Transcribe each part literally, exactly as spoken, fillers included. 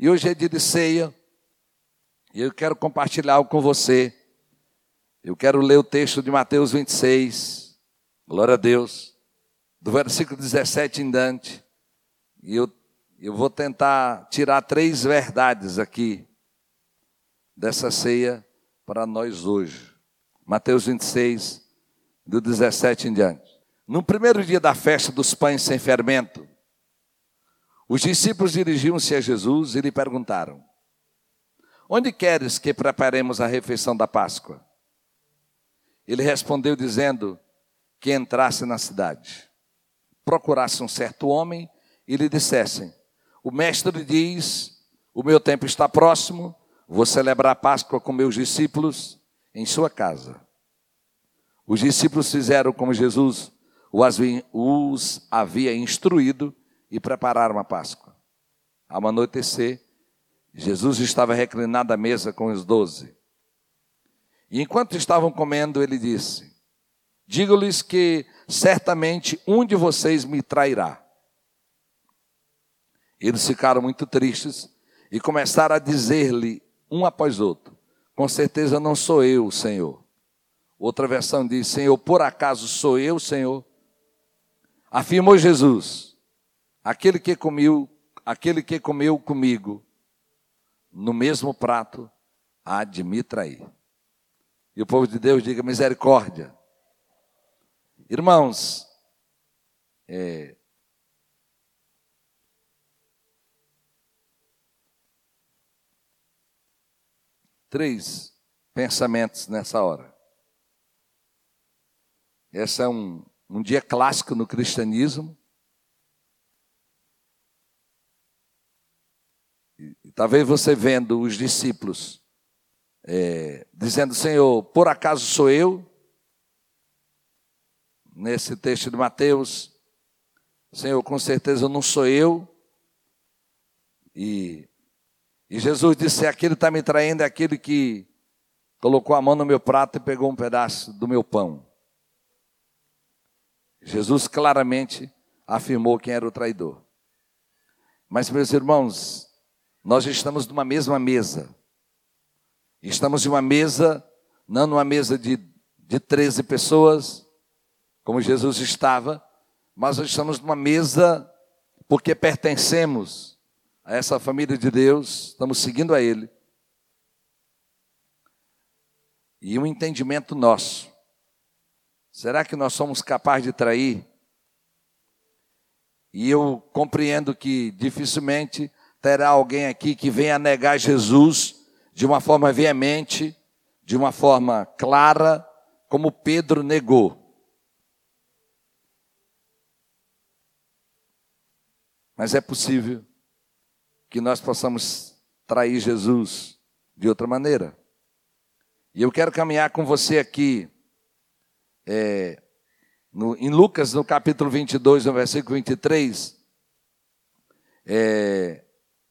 E hoje é dia de ceia. E eu quero compartilhar algo com você. Eu quero ler o texto de Mateus vinte e seis. Glória a Deus. Do versículo dezessete em diante. E eu, eu vou tentar tirar três verdades aqui dessa ceia para nós hoje. Mateus vinte e seis, do dezessete em diante. No primeiro dia da festa dos pães sem fermento, os discípulos dirigiram-se a Jesus e lhe perguntaram: onde queres que preparemos a refeição da Páscoa? Ele respondeu dizendo que entrasse na cidade, procurasse um certo homem e lhe dissessem: o mestre diz, o meu tempo está próximo, vou celebrar a Páscoa com meus discípulos em sua casa. Os discípulos fizeram como Jesus os havia instruído e prepararam a Páscoa. Ao anoitecer, Jesus estava reclinado à mesa com os doze. E enquanto estavam comendo, ele disse: digo-lhes que certamente um de vocês me trairá. Eles ficaram muito tristes e começaram a dizer-lhe um após outro: com certeza não sou eu, Senhor. Outra versão diz: Senhor, por acaso sou eu, Senhor? Afirmou Jesus: aquele que comeu, aquele que comeu comigo no mesmo prato há de me trair. E o povo de Deus diga: misericórdia. Irmãos, é, três pensamentos nessa hora. Esse é um, um dia clássico no cristianismo. E, e talvez você vendo os discípulos é, dizendo: Senhor, por acaso sou eu? Nesse texto de Mateus, Senhor, com certeza não sou eu. E, e Jesus disse: aquele que está me traindo é aquele que colocou a mão no meu prato e pegou um pedaço do meu pão. Jesus claramente afirmou quem era o traidor. Mas, meus irmãos, nós estamos numa mesma mesa. Estamos em uma mesa, não numa mesa de, de treze pessoas, como Jesus estava, mas nós estamos numa mesa porque pertencemos a essa família de Deus, estamos seguindo a Ele. E um entendimento nosso: será que nós somos capazes de trair? E eu compreendo que dificilmente terá alguém aqui que venha negar Jesus de uma forma veemente, de uma forma clara, como Pedro negou. Mas é possível que nós possamos trair Jesus de outra maneira. E eu quero caminhar com você aqui, é, no, em Lucas, no capítulo vinte e dois, no versículo vinte e três, é,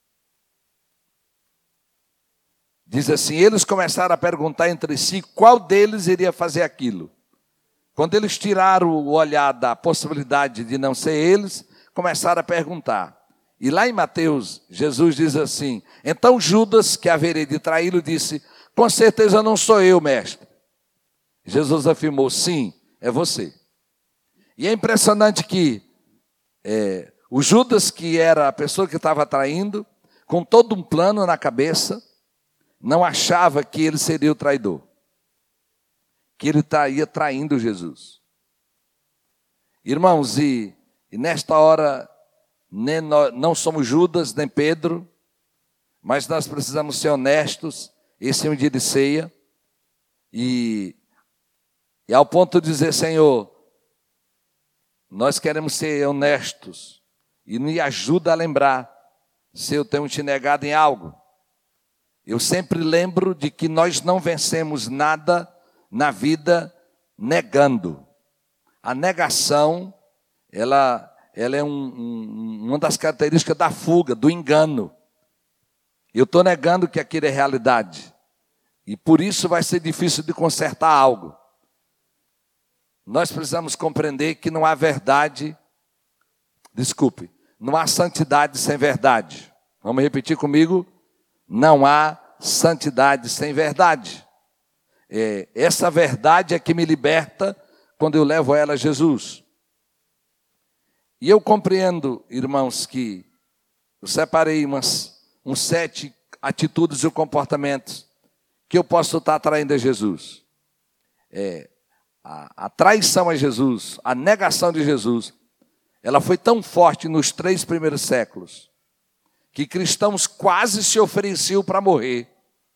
diz assim: eles começaram a perguntar entre si qual deles iria fazer aquilo. Quando eles tiraram o olhar da possibilidade de não ser eles, começaram a perguntar. E lá em Mateus, Jesus diz assim: então Judas, que haveria de traí-lo, disse: com certeza não sou eu, mestre. Jesus afirmou: sim, é você. E é impressionante que é, o Judas, que era a pessoa que estava traindo, com todo um plano na cabeça, não achava que ele seria o traidor, que ele estaria traindo Jesus. Irmãos, e, e nesta hora, nem nós, não somos Judas, nem Pedro, mas nós precisamos ser honestos. Esse é um dia de ceia, e, e ao ponto de dizer: Senhor, nós queremos ser honestos, e me ajuda a lembrar se eu tenho te negado em algo. Eu sempre lembro de que nós não vencemos nada na vida negando. A negação, ela, ela é um, um, uma das características da fuga, do engano. Eu estou negando que aquilo é realidade. E por isso vai ser difícil de consertar algo. Nós precisamos compreender que não há verdade, desculpe, não há santidade sem verdade. Vamos repetir comigo? Não há santidade sem verdade. É, essa verdade é que me liberta quando eu levo ela a Jesus. E eu compreendo, irmãos, que eu separei umas, uns sete atitudes e comportamentos que eu posso estar atraindo a Jesus. É, a, a traição a Jesus, a negação de Jesus, ela foi tão forte nos três primeiros séculos, que cristãos quase se ofereciam para morrer.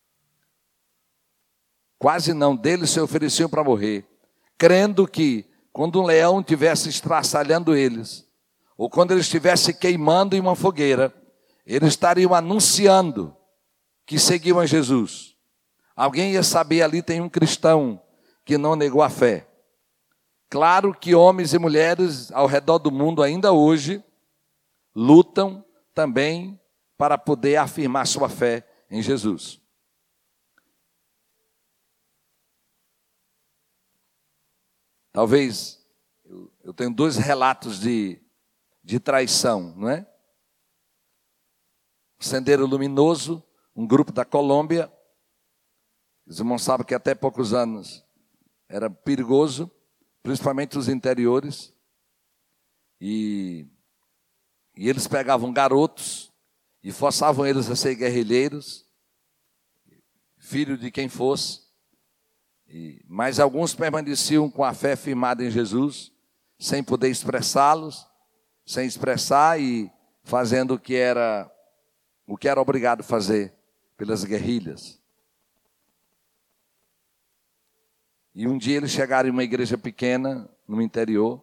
Quase não, deles se ofereciam para morrer, crendo que quando um leão estivesse estraçalhando eles, ou quando eles estivessem queimando em uma fogueira, eles estariam anunciando que seguiam a Jesus. Alguém ia saber, ali tem um cristão que não negou a fé. Claro que homens e mulheres ao redor do mundo ainda hoje lutam também para poder afirmar sua fé em Jesus. Talvez, eu, eu tenho dois relatos de, de traição, não é? Sendeiro Luminoso, um grupo da Colômbia. Os irmãos sabem que até poucos anos era perigoso, principalmente os interiores. E, e eles pegavam garotos e forçavam eles a ser guerrilheiros, filho de quem fosse. E, mas alguns permaneciam com a fé firmada em Jesus, sem poder expressá-los, sem expressar e fazendo o que era, o que era obrigado a fazer pelas guerrilhas. E um dia eles chegaram em uma igreja pequena, no interior,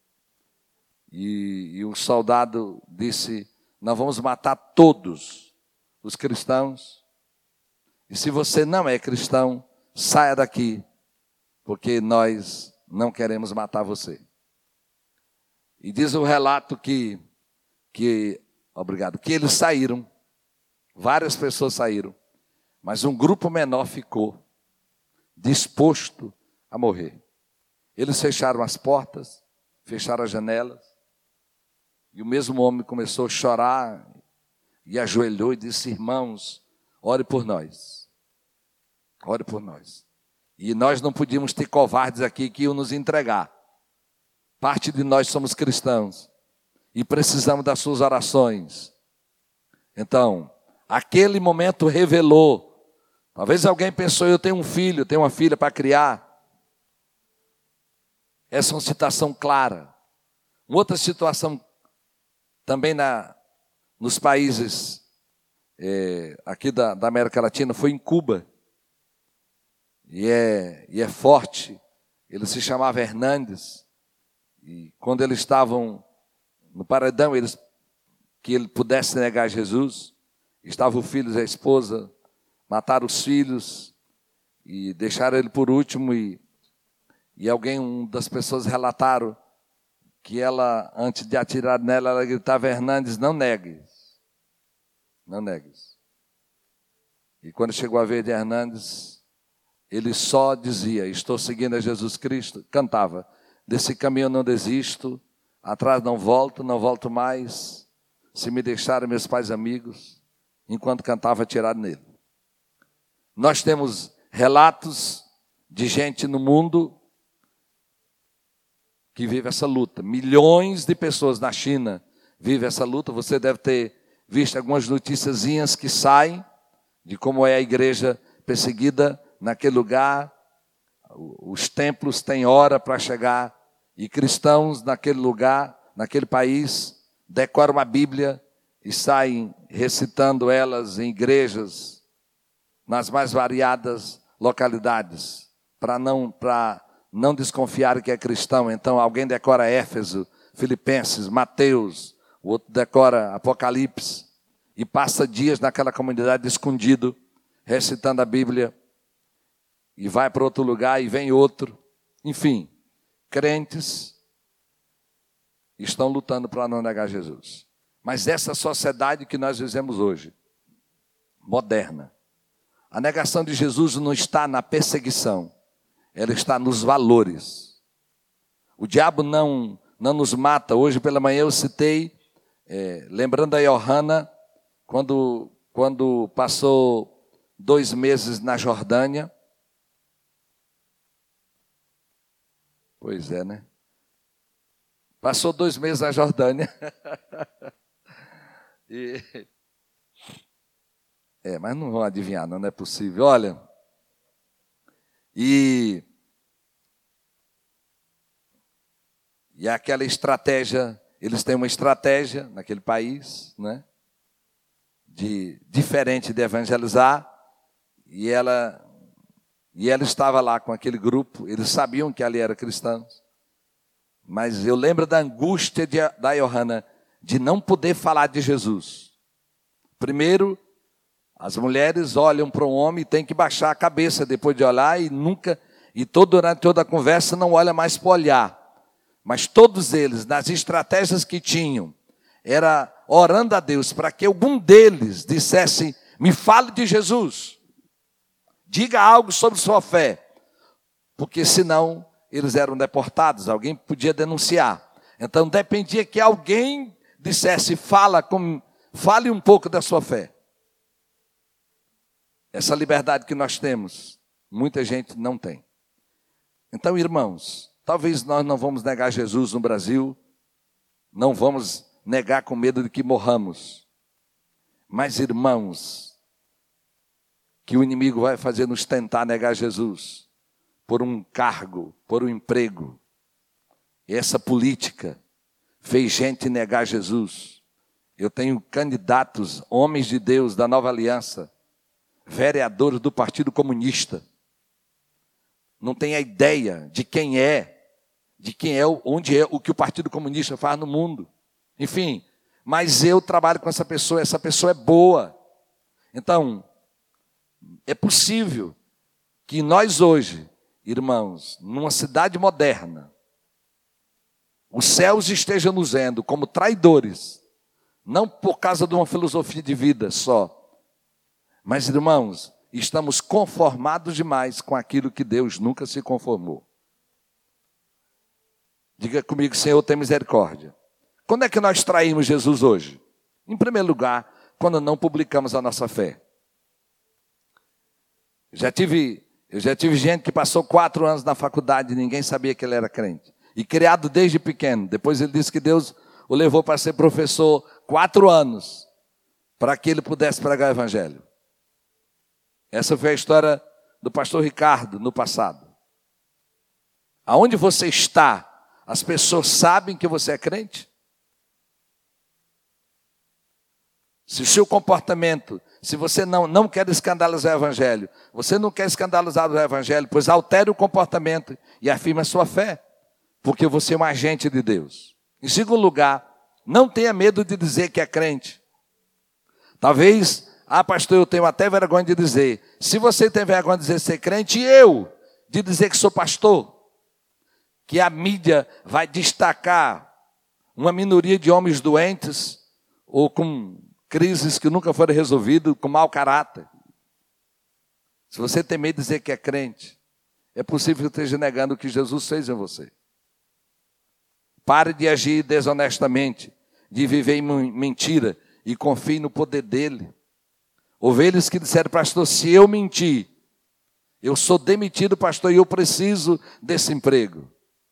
e, e um soldado disse: nós vamos matar todos os cristãos, e se você não é cristão, saia daqui, porque nós não queremos matar você. E diz o relato que, que, obrigado, que eles saíram, várias pessoas saíram, mas um grupo menor ficou, disposto a morrer. Eles fecharam as portas, fecharam as janelas, e o mesmo homem começou a chorar, e ajoelhou e disse: irmãos, ore por nós, ore por nós. E nós não podíamos ter covardes aqui que iam nos entregar. Parte de nós somos cristãos, e precisamos das suas orações. Então, aquele momento revelou. Talvez alguém pensou: eu tenho um filho, tenho uma filha para criar. Essa é uma citação clara. Uma outra situação também na, nos países é, aqui da, da América Latina foi em Cuba. E é, e é forte. Ele se chamava Hernandes. E quando eles estavam no paredão, eles, que ele pudesse negar Jesus, estavam os filhos e a esposa, mataram os filhos e deixaram ele por último. E, e alguém, uma das pessoas relataram que ela, antes de atirar nela, ela gritava: Hernandes, não negues, não negues. E quando chegou a vez de Hernandes, ele só dizia: estou seguindo a Jesus Cristo, cantava: desse caminho eu não desisto, atrás não volto, não volto mais, se me deixarem meus pais amigos, enquanto cantava atirado nele. Nós temos relatos de gente no mundo que vive essa luta. Milhões de pessoas na China vivem essa luta. Você deve ter visto algumas noticiazinhas que saem de como é a igreja perseguida naquele lugar. Os templos têm hora para chegar e cristãos naquele lugar, naquele país, decoram a Bíblia e saem recitando elas em igrejas nas mais variadas localidades, para não, para não desconfiar que é cristão. Então alguém decora Éfeso, Filipenses, Mateus, o outro decora Apocalipse e passa dias naquela comunidade escondido, recitando a Bíblia, e vai para outro lugar e vem outro. Enfim, crentes estão lutando para não negar Jesus. Mas essa sociedade que nós vivemos hoje, moderna, a negação de Jesus não está na perseguição, ela está nos valores. O diabo não, não nos mata. Hoje pela manhã eu citei, é, lembrando a Johanna, quando, quando passou dois meses na Jordânia. Pois é, né? Passou dois meses na Jordânia. e... É, mas não vão adivinhar, não, não é possível. Olha, e... E aquela estratégia, eles têm uma estratégia naquele país, né? De, diferente de evangelizar, e ela, e ela estava lá com aquele grupo, eles sabiam que ali eram cristãos, mas eu lembro da angústia de, da Johanna, de não poder falar de Jesus. Primeiro, as mulheres olham para um homem e tem que baixar a cabeça depois de olhar, e nunca, e todo, durante toda a conversa não olha mais para olhar. Mas todos eles, nas estratégias que tinham, era orando a Deus para que algum deles dissesse: me fale de Jesus, diga algo sobre sua fé, porque senão eles eram deportados, alguém podia denunciar. Então dependia que alguém dissesse: fala com, fale um pouco da sua fé. Essa liberdade que nós temos, muita gente não tem. Então, irmãos, talvez nós não vamos negar Jesus no Brasil, não vamos negar com medo de que morramos. Mas, irmãos, que o inimigo vai fazer nos tentar negar Jesus por um cargo, por um emprego. E essa política fez gente negar Jesus. Eu tenho candidatos, homens de Deus da Nova Aliança, vereadores do Partido Comunista. Não tem a ideia de quem é, de quem é, onde é, o que o Partido Comunista faz no mundo. Enfim, mas eu trabalho com essa pessoa, essa pessoa é boa. Então, é possível que nós hoje, irmãos, numa cidade moderna, os céus estejam nos vendo como traidores, não por causa de uma filosofia de vida só, mas, irmãos, estamos conformados demais com aquilo que Deus nunca se conformou. Diga comigo: Senhor, tem misericórdia. Quando é que nós traímos Jesus hoje? Em primeiro lugar, quando não publicamos a nossa fé. Eu já tive, eu já tive gente que passou quatro anos na faculdade e ninguém sabia que ele era crente. E criado desde pequeno. Depois ele disse que Deus o levou para ser professor quatro anos, para que ele pudesse pregar o evangelho. Essa foi a história do pastor Ricardo no passado. Aonde você está, as pessoas sabem que você é crente? Se o seu comportamento, se você não, não quer escandalizar o evangelho, você não quer escandalizar o evangelho, pois altere o comportamento e afirme a sua fé, porque você é um agente de Deus. Em segundo lugar, não tenha medo de dizer que é crente. Talvez, ah pastor, eu tenho até vergonha de dizer. Se você tem vergonha de dizer ser crente, e eu de dizer que sou pastor, que a mídia vai destacar uma minoria de homens doentes ou com crises que nunca foram resolvidas, com mau caráter. Se você tem medo de dizer que é crente, é possível que esteja negando o que Jesus fez em você. Pare de agir desonestamente, de viver em mentira e confie no poder dele. Ovelhas que disseram: pastor, se eu mentir, eu sou demitido, pastor, e eu preciso desse emprego.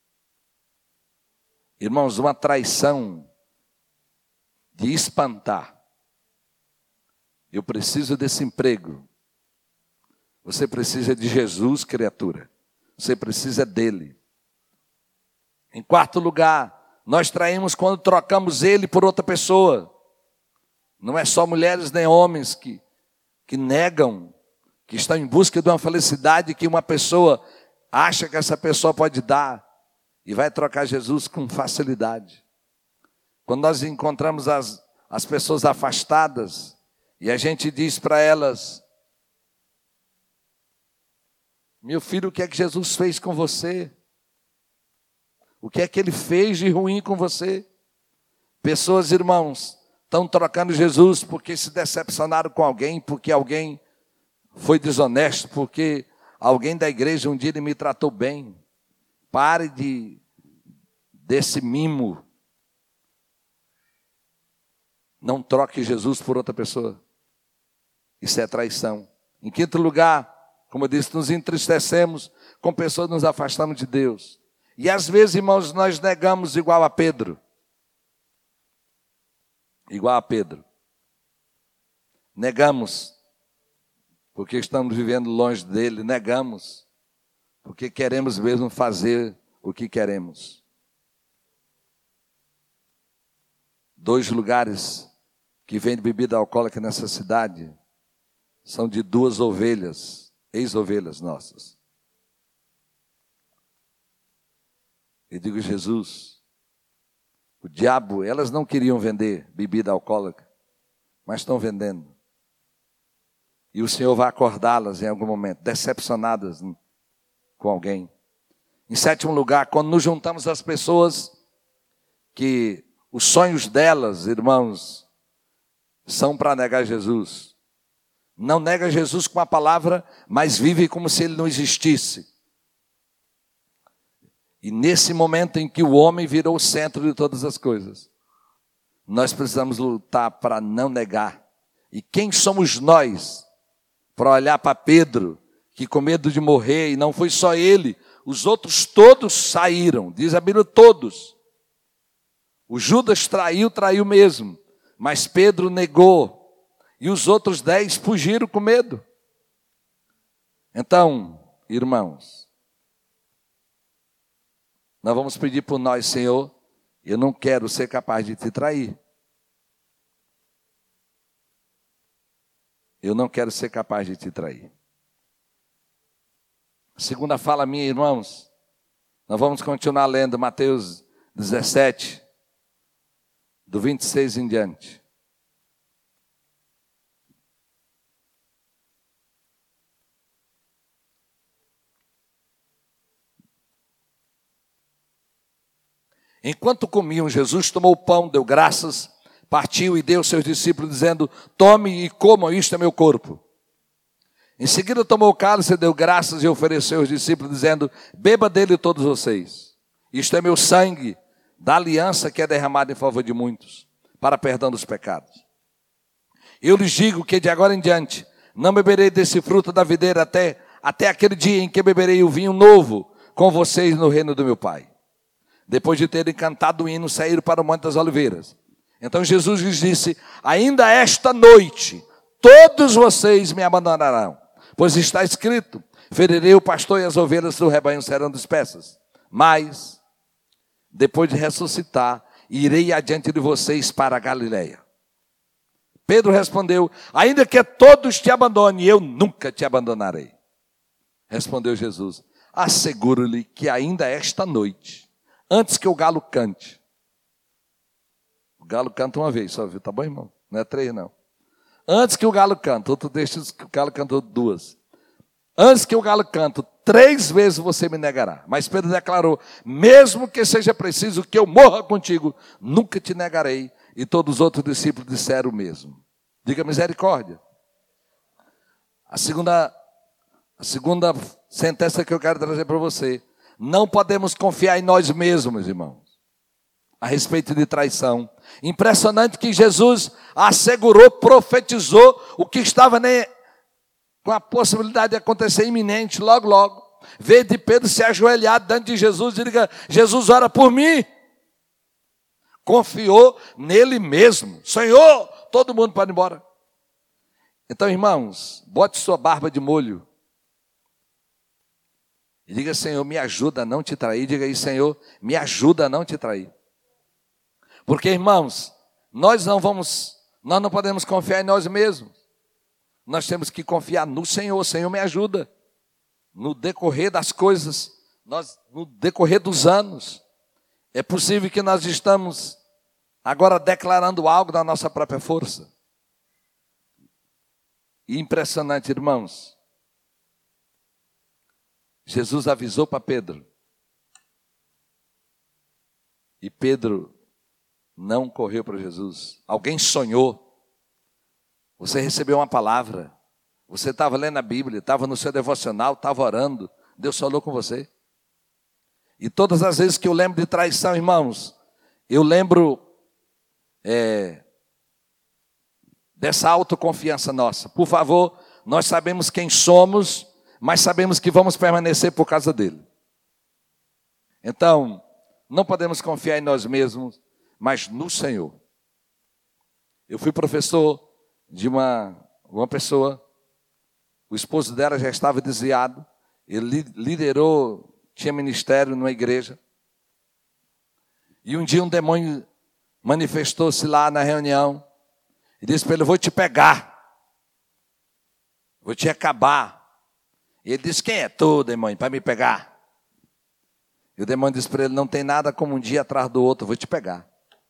Irmãos, uma traição de espantar. Eu preciso desse emprego. Você precisa de Jesus, criatura. Você precisa dele. Em quarto lugar, nós traímos quando trocamos ele por outra pessoa. Não é só mulheres nem homens que, que negam, que estão em busca de uma felicidade que uma pessoa acha que essa pessoa pode dar e vai trocar Jesus com facilidade. Quando nós encontramos as, as pessoas afastadas e a gente diz para elas: meu filho, o que é que Jesus fez com você? O que é que ele fez de ruim com você? Pessoas, irmãos, estão trocando Jesus porque se decepcionaram com alguém, porque alguém foi desonesto, porque alguém da igreja um dia ele me tratou bem. Pare de, desse mimo. Não troque Jesus por outra pessoa. Isso é traição. Em quinto lugar, como eu disse, nos entristecemos com pessoas, nos afastamos de Deus. E às vezes, irmãos, nós negamos igual a Pedro. Igual a Pedro. Negamos porque estamos vivendo longe dele. Negamos porque queremos mesmo fazer o que queremos. Dois lugares que vendem bebida alcoólica nessa cidade são de duas ovelhas, ex-ovelhas nossas. Eu digo, Jesus, o diabo, elas não queriam vender bebida alcoólica, mas estão vendendo. E o Senhor vai acordá-las em algum momento, decepcionadas com alguém. Em sétimo lugar, quando nos juntamos às pessoas que os sonhos delas, irmãos, são para negar Jesus. Não nega Jesus com a palavra, mas vive como se ele não existisse. E nesse momento em que o homem virou o centro de todas as coisas, nós precisamos lutar para não negar. E quem somos nós para olhar para Pedro, que com medo de morrer, e não foi só ele, os outros todos saíram, diz a Bíblia, todos. O Judas traiu, traiu mesmo, mas Pedro negou, e os outros dez fugiram com medo. Então, irmãos, nós vamos pedir por nós, Senhor, eu não quero ser capaz de te trair. Eu não quero ser capaz de te trair. A segunda fala minha, irmãos, nós vamos continuar lendo Mateus dezessete, do vinte e seis em diante. Enquanto comiam, Jesus tomou o pão, deu graças, partiu e deu aos seus discípulos, dizendo, tome e comam, isto é meu corpo. Em seguida tomou o cálice, deu graças e ofereceu aos discípulos, dizendo, beba dele todos vocês. Isto é meu sangue, da aliança que é derramada em favor de muitos, para perdão dos pecados. Eu lhes digo que de agora em diante, não beberei desse fruto da videira até, até aquele dia em que beberei o vinho novo com vocês no reino do meu Pai. Depois de terem cantado o hino, saíram para o Monte das Oliveiras. Então Jesus lhes disse, ainda esta noite, todos vocês me abandonarão. Pois está escrito, ferirei o pastor e as ovelhas do rebanho serão dispersas. Mas, depois de ressuscitar, irei adiante de vocês para a Galileia. Pedro respondeu, ainda que todos te abandonem, eu nunca te abandonarei. Respondeu Jesus, asseguro-lhe que ainda esta noite, antes que o galo cante. O galo canta uma vez, só viu? Tá bom, irmão? Não é três, não. Antes que o galo cante, outro texto que o galo cantou duas. Antes que o galo cante, três vezes você me negará. Mas Pedro declarou, mesmo que seja preciso que eu morra contigo, nunca te negarei. E todos os outros discípulos disseram o mesmo. Diga misericórdia. A segunda, a segunda sentença que eu quero trazer para você. Não podemos confiar em nós mesmos, irmãos, a respeito de traição. Impressionante que Jesus assegurou, profetizou o que estava nem com a possibilidade de acontecer iminente, logo, logo. Veio de Pedro se ajoelhar diante de Jesus e diga, Jesus, ora por mim. Confiou nele mesmo. Senhor, todo mundo pode ir embora. Então, irmãos, bote sua barba de molho. E diga, Senhor, me ajuda a não te trair. Diga aí, Senhor, me ajuda a não te trair. Porque, irmãos, nós não vamos, nós não podemos confiar em nós mesmos. Nós temos que confiar no Senhor. Senhor, me ajuda. No decorrer das coisas, nós, no decorrer dos anos, é possível que nós estamos agora declarando algo da nossa própria força. E impressionante, irmãos. Jesus avisou para Pedro. E Pedro não correu para Jesus. Alguém sonhou. Você recebeu uma palavra. Você estava lendo a Bíblia, estava no seu devocional, estava orando. Deus falou com você. E todas as vezes que eu lembro de traição, irmãos, eu lembro é, dessa autoconfiança nossa. Por favor, nós sabemos quem somos, mas sabemos que vamos permanecer por causa dele. Então, não podemos confiar em nós mesmos, mas no Senhor. Eu fui professor de uma, uma pessoa, o esposo dela já estava desviado, ele liderou, tinha ministério numa igreja, e um dia um demônio manifestou-se lá na reunião, e disse para ele: eu vou te pegar, vou te acabar. E ele disse: quem é tu, demônio, para me pegar? E o demônio disse para ele: não tem nada como um dia atrás do outro, eu vou te pegar.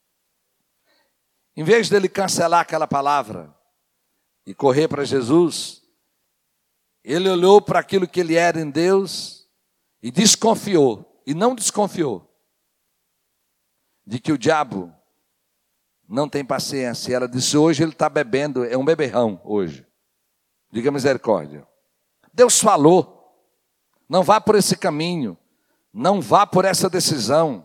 Em vez dele cancelar aquela palavra e correr para Jesus, ele olhou para aquilo que ele era em Deus e desconfiou, e não desconfiou, de que o diabo não tem paciência. E ela disse: hoje ele está bebendo, é um beberrão hoje. Diga misericórdia. Deus falou, não vá por esse caminho, não vá por essa decisão.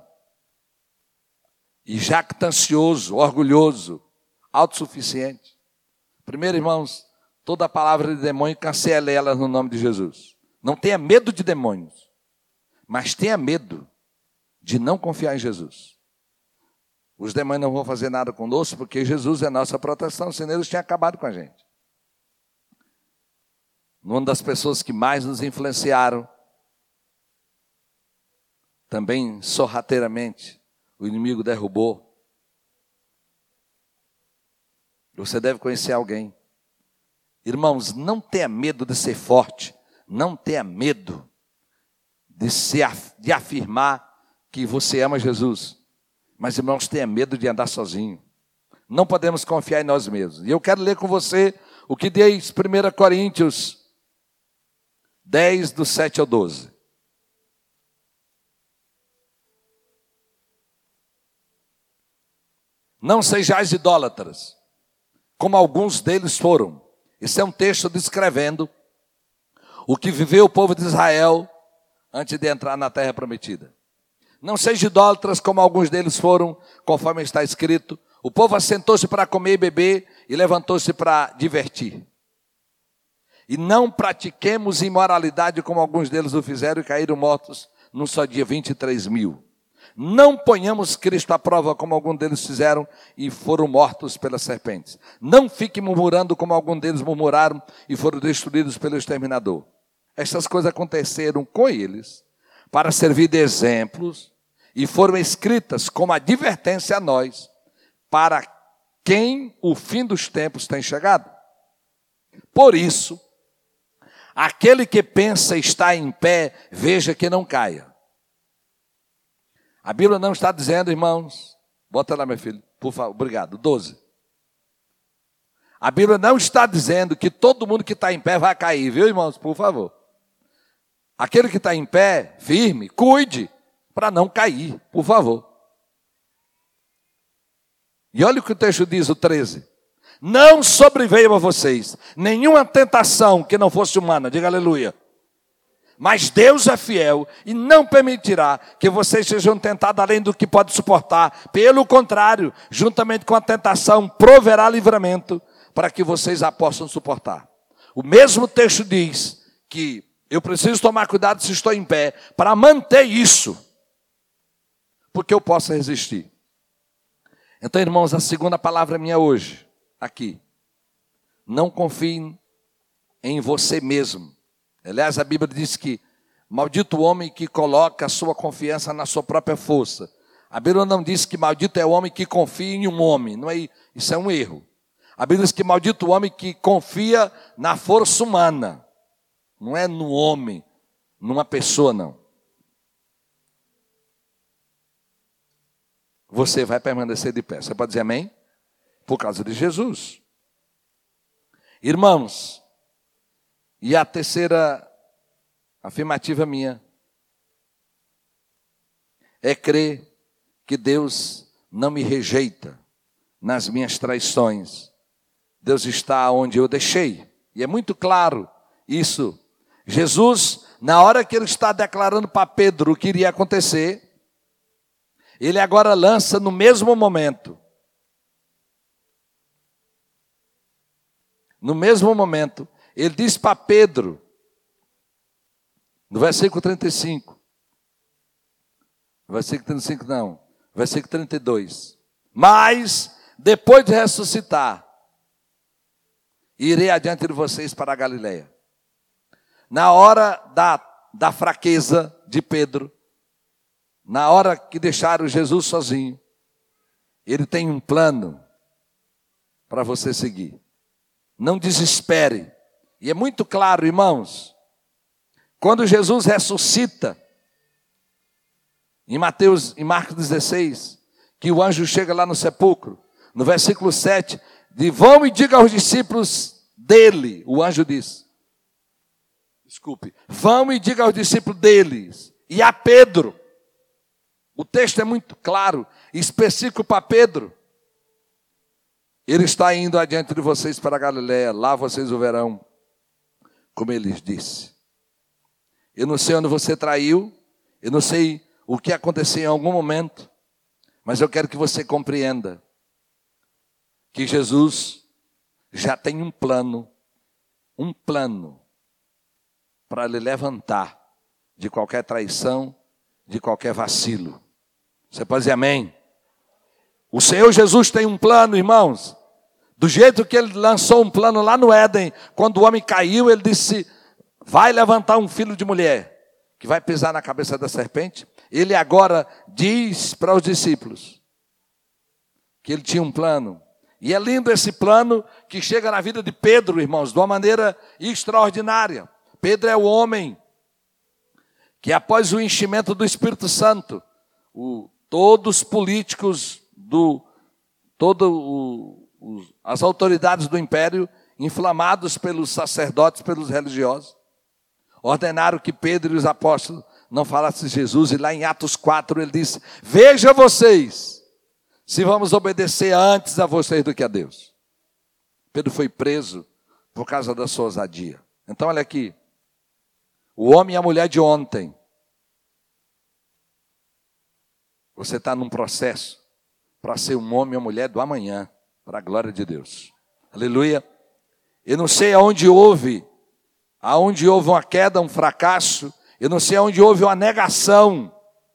E jactancioso, orgulhoso, autossuficiente. Primeiro, irmãos, toda palavra de demônio, cancele ela no nome de Jesus. Não tenha medo de demônios, mas tenha medo de não confiar em Jesus. Os demônios não vão fazer nada conosco, porque Jesus é nossa proteção, senão eles tinham acabado com a gente. Uma das pessoas que mais nos influenciaram, também sorrateiramente, o inimigo derrubou. Você deve conhecer alguém. Irmãos, não tenha medo de ser forte, não tenha medo de, se, de afirmar que você ama Jesus. Mas, irmãos, tenha medo de andar sozinho. Não podemos confiar em nós mesmos. E eu quero ler com você o que diz primeira Coríntios dez, do sete ao doze. Não sejais idólatras, como alguns deles foram. Esse é um texto descrevendo o que viveu o povo de Israel antes de entrar na terra prometida. Não sejam idólatras como alguns deles foram, conforme está escrito: o povo assentou-se para comer e beber e levantou-se para divertir. E não pratiquemos imoralidade como alguns deles o fizeram e caíram mortos num só dia, vinte e três mil. Não ponhamos Cristo à prova como alguns deles fizeram e foram mortos pelas serpentes. Não fiquem murmurando como alguns deles murmuraram e foram destruídos pelo exterminador. Estas coisas aconteceram com eles para servir de exemplos e foram escritas como advertência a nós, para quem o fim dos tempos tem chegado. Por isso, aquele que pensa estar em pé, veja que não caia. A Bíblia não está dizendo, irmãos, bota lá, meu filho, por favor, obrigado, doze. A Bíblia não está dizendo que todo mundo que está em pé vai cair, viu, irmãos, por favor. Aquele que está em pé, firme, cuide para não cair, por favor. E olha o que o texto diz, o treze. Não sobreveio a vocês nenhuma tentação que não fosse humana, diga aleluia. Mas Deus é fiel e não permitirá que vocês sejam tentados além do que pode suportar. Pelo contrário, juntamente com a tentação, proverá livramento para que vocês a possam suportar. O mesmo texto diz que eu preciso tomar cuidado se estou em pé para manter isso, porque eu posso resistir. Então, irmãos, a segunda palavra minha hoje, aqui. Não confie em você mesmo. Aliás, a Bíblia diz que maldito o homem que coloca a sua confiança na sua própria força. A Bíblia não diz que maldito é o homem que confia em um homem. Não é, isso é um erro. A Bíblia diz que maldito o homem que confia na força humana. Não é no homem, numa pessoa, não. Você vai permanecer de pé. Você pode dizer amém? Por causa de Jesus. Irmãos, e a terceira afirmativa minha é crer que Deus não me rejeita nas minhas traições. Deus está onde eu deixei. E é muito claro isso. Jesus, na hora que ele está declarando para Pedro o que iria acontecer, ele agora lança no mesmo momento no mesmo momento, ele diz para Pedro, no versículo trinta e cinco, no versículo trinta e cinco não, versículo trinta e dois, mas depois de ressuscitar, irei adiante de vocês para a Galileia. Na hora da, da fraqueza de Pedro, na hora que deixaram Jesus sozinho, ele tem um plano para você seguir. Não desespere. E é muito claro, irmãos, quando Jesus ressuscita, em Mateus, em Marcos dezesseis, que o anjo chega lá no sepulcro, no versículo sete, de vão e diga aos discípulos dele, o anjo diz, desculpe, vão e diga aos discípulos deles, e a Pedro, o texto é muito claro, específico para Pedro, ele está indo adiante de vocês para a Galileia, lá vocês o verão, como ele lhes disse. Eu não sei onde você traiu, eu não sei o que aconteceu em algum momento, mas eu quero que você compreenda que Jesus já tem um plano, um plano para lhe levantar de qualquer traição, de qualquer vacilo. Você pode dizer amém? O Senhor Jesus tem um plano, irmãos. Do jeito que ele lançou um plano lá no Éden, quando o homem caiu, ele disse, vai levantar um filho de mulher, que vai pisar na cabeça da serpente. Ele agora diz para os discípulos que ele tinha um plano. E é lindo esse plano que chega na vida de Pedro, irmãos, de uma maneira extraordinária. Pedro é o homem que após o enchimento do Espírito Santo, o, todos os políticos, do, todo o, o, as autoridades do império, inflamados pelos sacerdotes, pelos religiosos, ordenaram que Pedro e os apóstolos não falassem de Jesus. E lá em Atos quatro ele disse, veja vocês, se vamos obedecer antes a vocês do que a Deus. Pedro foi preso por causa da sua ousadia. Então olha aqui, o homem e a mulher de ontem, você está num processo para ser um homem ou mulher do amanhã, para a glória de Deus. Aleluia. Eu não sei aonde houve, aonde houve uma queda, um fracasso, eu não sei aonde houve uma negação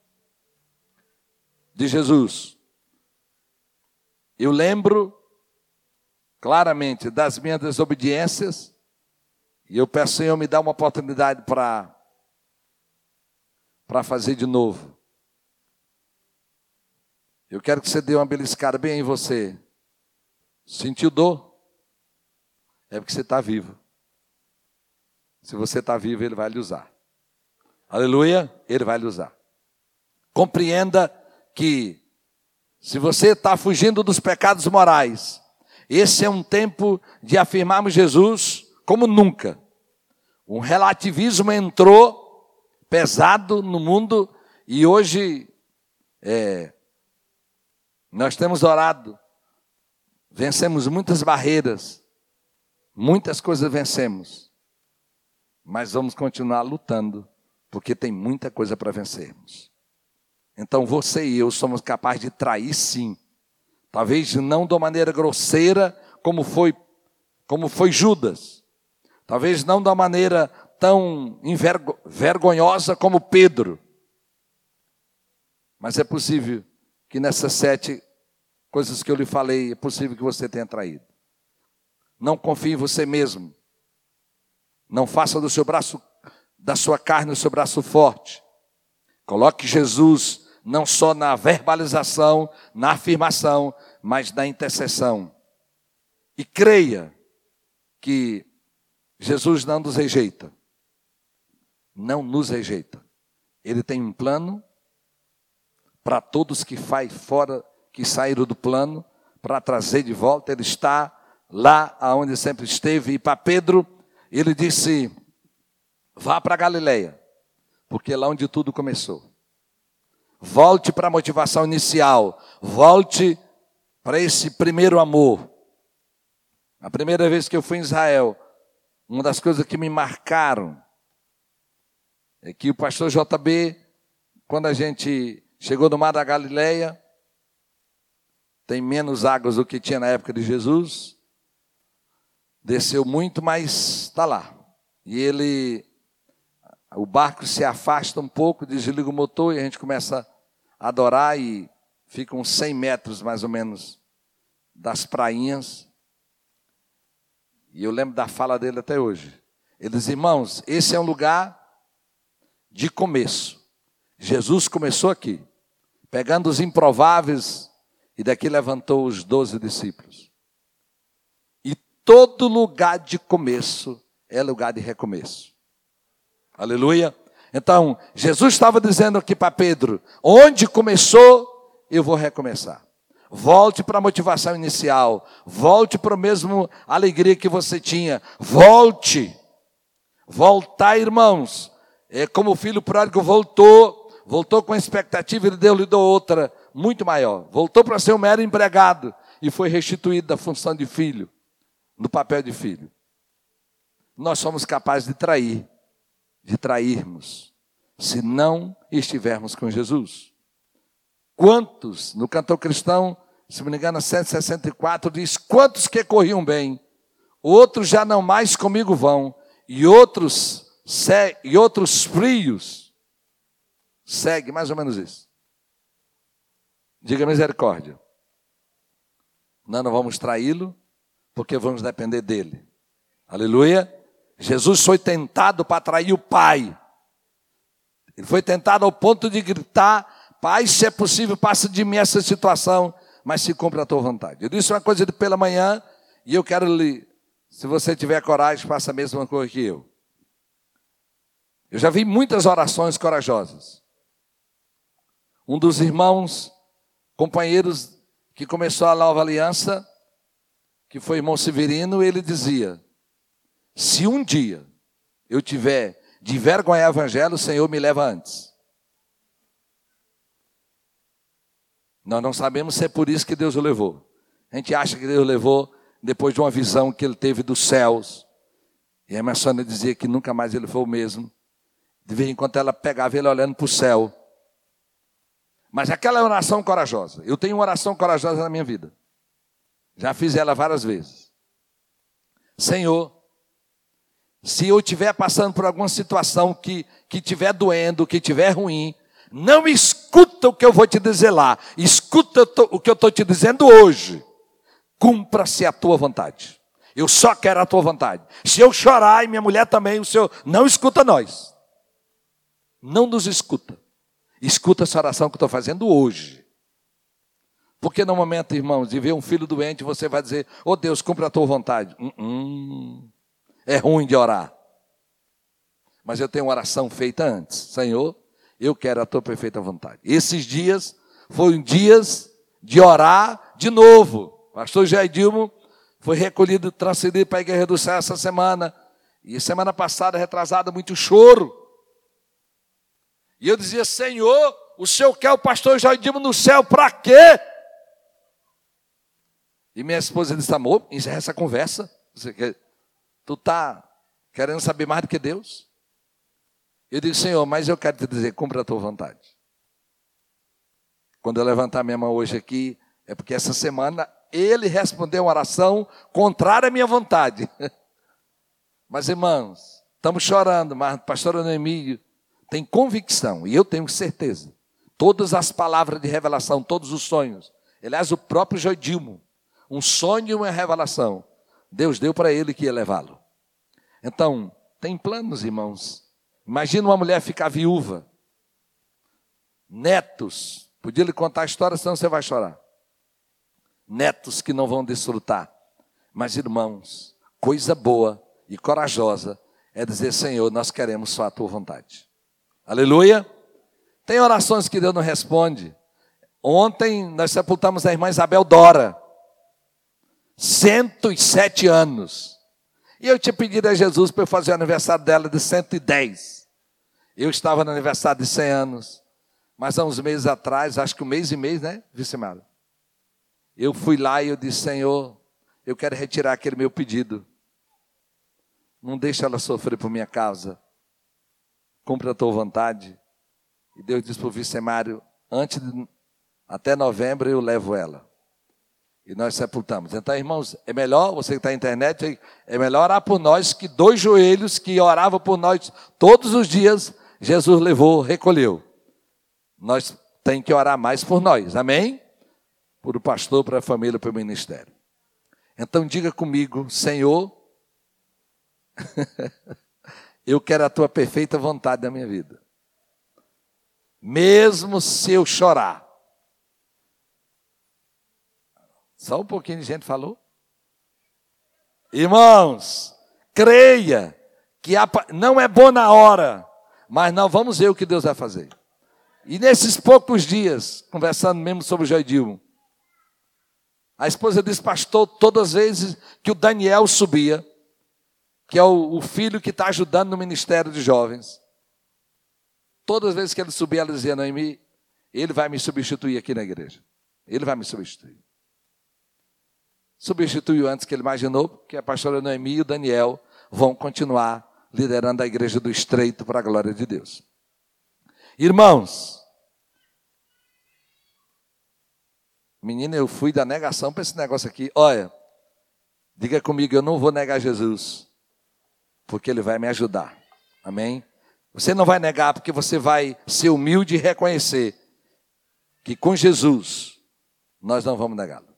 de Jesus. Eu lembro claramente das minhas desobediências, e eu peço, Senhor, me dá uma oportunidade para para fazer de novo. Eu quero que você dê uma beliscada bem em você. Sentiu dor? É porque você está vivo. Se você está vivo, Ele vai lhe usar. Aleluia, Ele vai lhe usar. Compreenda que se você está fugindo dos pecados morais, esse é um tempo de afirmarmos Jesus como nunca. Um relativismo entrou pesado no mundo e hoje é, nós temos orado, vencemos muitas barreiras, muitas coisas vencemos, mas vamos continuar lutando, porque tem muita coisa para vencermos. Então você e eu somos capazes de trair sim, talvez não de uma maneira grosseira como foi, como foi Judas, talvez não de uma maneira tão envergonhosa como Pedro, mas é possível que nessas sete coisas que eu lhe falei, é possível que você tenha traído. Não confie em você mesmo. Não faça do seu braço, da sua carne, o seu braço forte. Coloque Jesus não só na verbalização, na afirmação, mas na intercessão. E creia que Jesus não nos rejeita. Não nos rejeita. Ele tem um plano para todos que faz fora, que saíram do plano, para trazer de volta. Ele está lá onde sempre esteve. E para Pedro, ele disse, vá para Galileia, porque é lá onde tudo começou. Volte para a motivação inicial, volte para esse primeiro amor. A primeira vez que eu fui em Israel, uma das coisas que me marcaram é que o pastor J B, quando a gente chegou no mar da Galileia, tem menos águas do que tinha na época de Jesus. desceu muito, mas está lá. E ele, o barco se afasta um pouco, desliga o motor e a gente começa a adorar e fica uns cem metros mais ou menos das prainhas. E eu lembro da fala dele até hoje. Ele diz: irmãos, esse é um lugar de começo. Jesus começou aqui, pegando os improváveis, e daqui levantou os doze discípulos. E todo lugar de começo é lugar de recomeço. Aleluia. Então, Jesus estava dizendo aqui para Pedro: onde começou, eu vou recomeçar. Volte para a motivação inicial. Volte para a mesma alegria que você tinha. Volte. Voltar, irmãos. É como o filho pródigo voltou. Voltou com a expectativa, ele deu, lhe deu outra muito maior. Voltou para ser um mero empregado e foi restituído da função de filho, no papel de filho. Nós somos capazes de trair, de trairmos, se não estivermos com Jesus. Quantos, no Cantor Cristão, se não me engano, cento e sessenta e quatro, diz: quantos que corriam bem, outros já não mais comigo vão, e outros, e outros frios, segue, mais ou menos isso. Diga misericórdia. Nós não vamos traí-lo, porque vamos depender dele. Aleluia. Jesus foi tentado para trair o Pai. Ele foi tentado ao ponto de gritar: Pai, se é possível, passa de mim essa situação, mas se cumpre a tua vontade. Eu disse uma coisa de pela manhã, e eu quero lhe, se você tiver coragem, faça a mesma coisa que eu. Eu já vi muitas orações corajosas. Um dos irmãos, companheiros que começou a nova aliança, que foi irmão Severino, ele dizia: se um dia eu tiver de envergonhar o evangelho, o Senhor me leva antes. Nós não sabemos se é por isso que Deus o levou. A gente acha que Deus o levou depois de uma visão que ele teve dos céus. E a irmã Sônia dizia que nunca mais ele foi o mesmo. De vez em quando ela pegava ele olhando para o céu. Mas aquela é uma oração corajosa. Eu tenho uma oração corajosa na minha vida. Já fiz ela várias vezes. Senhor, se eu estiver passando por alguma situação que que estiver doendo, que estiver ruim, não escuta o que eu vou te dizer lá. Escuta o que eu estou te dizendo hoje. Cumpra-se a tua vontade. Eu só quero a tua vontade. Se eu chorar e minha mulher também, o Senhor não escuta nós. Não nos escuta. Escuta essa oração que eu estou fazendo hoje. Porque no momento, irmãos, de ver um filho doente, você vai dizer: oh Deus, cumpra a tua vontade. Hum, hum, é ruim de orar. Mas eu tenho uma oração feita antes. Senhor, eu quero a tua perfeita vontade. Esses dias foram dias de orar de novo. O pastor Jair Dilmo foi recolhido, transferido para a Igreja do Céu essa semana. E semana passada, retrasada, muito choro. E eu dizia: Senhor, o Senhor quer o pastor Jair Dilmo no céu para quê? E minha esposa disse: amor, encerra essa conversa. Você quer, tu está querendo saber mais do que Deus? Eu digo: Senhor, mas eu quero te dizer, cumpra a tua vontade. Quando eu levantar minha mão hoje aqui, é porque essa semana ele respondeu uma oração contrária à minha vontade. Mas, irmãos, estamos chorando, mas o pastor Anemílio tem convicção, e eu tenho certeza, todas as palavras de revelação, todos os sonhos, aliás, o próprio Jair Dilmo, um sonho e uma revelação, Deus deu para ele que ia levá-lo. Então, tem planos, irmãos. Imagina uma mulher ficar viúva, netos, podia lhe contar a história, senão você vai chorar. Netos que não vão desfrutar. Mas, irmãos, coisa boa e corajosa é dizer: Senhor, nós queremos só a tua vontade. Aleluia. Tem orações que Deus não responde. Ontem nós sepultamos a irmã Isabel Dora, cento e sete anos. E eu tinha pedido a Jesus para eu fazer o aniversário dela de cento e dez. Eu estava no aniversário de cem anos. Mas há uns meses atrás, acho que um mês e mês, né, vice-maro? Eu fui lá e eu disse: Senhor, eu quero retirar aquele meu pedido. Não deixa ela sofrer por minha causa. Cumpra a tua vontade. E Deus disse para o vice-mário: antes de, até novembro eu levo ela. e nós sepultamos. Então, irmãos, é melhor, você que está na internet, é melhor orar por nós, que dois joelhos que oravam por nós todos os dias, Jesus levou, recolheu. Nós temos que orar mais por nós, amém? Por o pastor, para a família, para o ministério. Então diga comigo, Senhor, eu quero a tua perfeita vontade na minha vida. Mesmo se eu chorar. Só um pouquinho de gente falou. Irmãos, creia que não é bom na hora, mas nós vamos ver o que Deus vai fazer. E nesses poucos dias, conversando mesmo sobre o Joidilmo, a esposa disse, pastor, todas as vezes que o Daniel subia, que é o, o filho que está ajudando no ministério de jovens, todas as vezes que ele subia, ela dizia, Noemi, ele vai me substituir aqui na igreja. Ele vai me substituir. Substituiu antes que ele imaginou, porque a pastora Noemi e o Daniel vão continuar liderando a igreja do Estreito para a glória de Deus. Irmãos, menina, eu fui da negação para esse negócio aqui. Olha, diga comigo, eu não vou negar Jesus, porque Ele vai me ajudar. Amém? Você não vai negar porque você vai ser humilde e reconhecer que com Jesus nós não vamos negá-lo.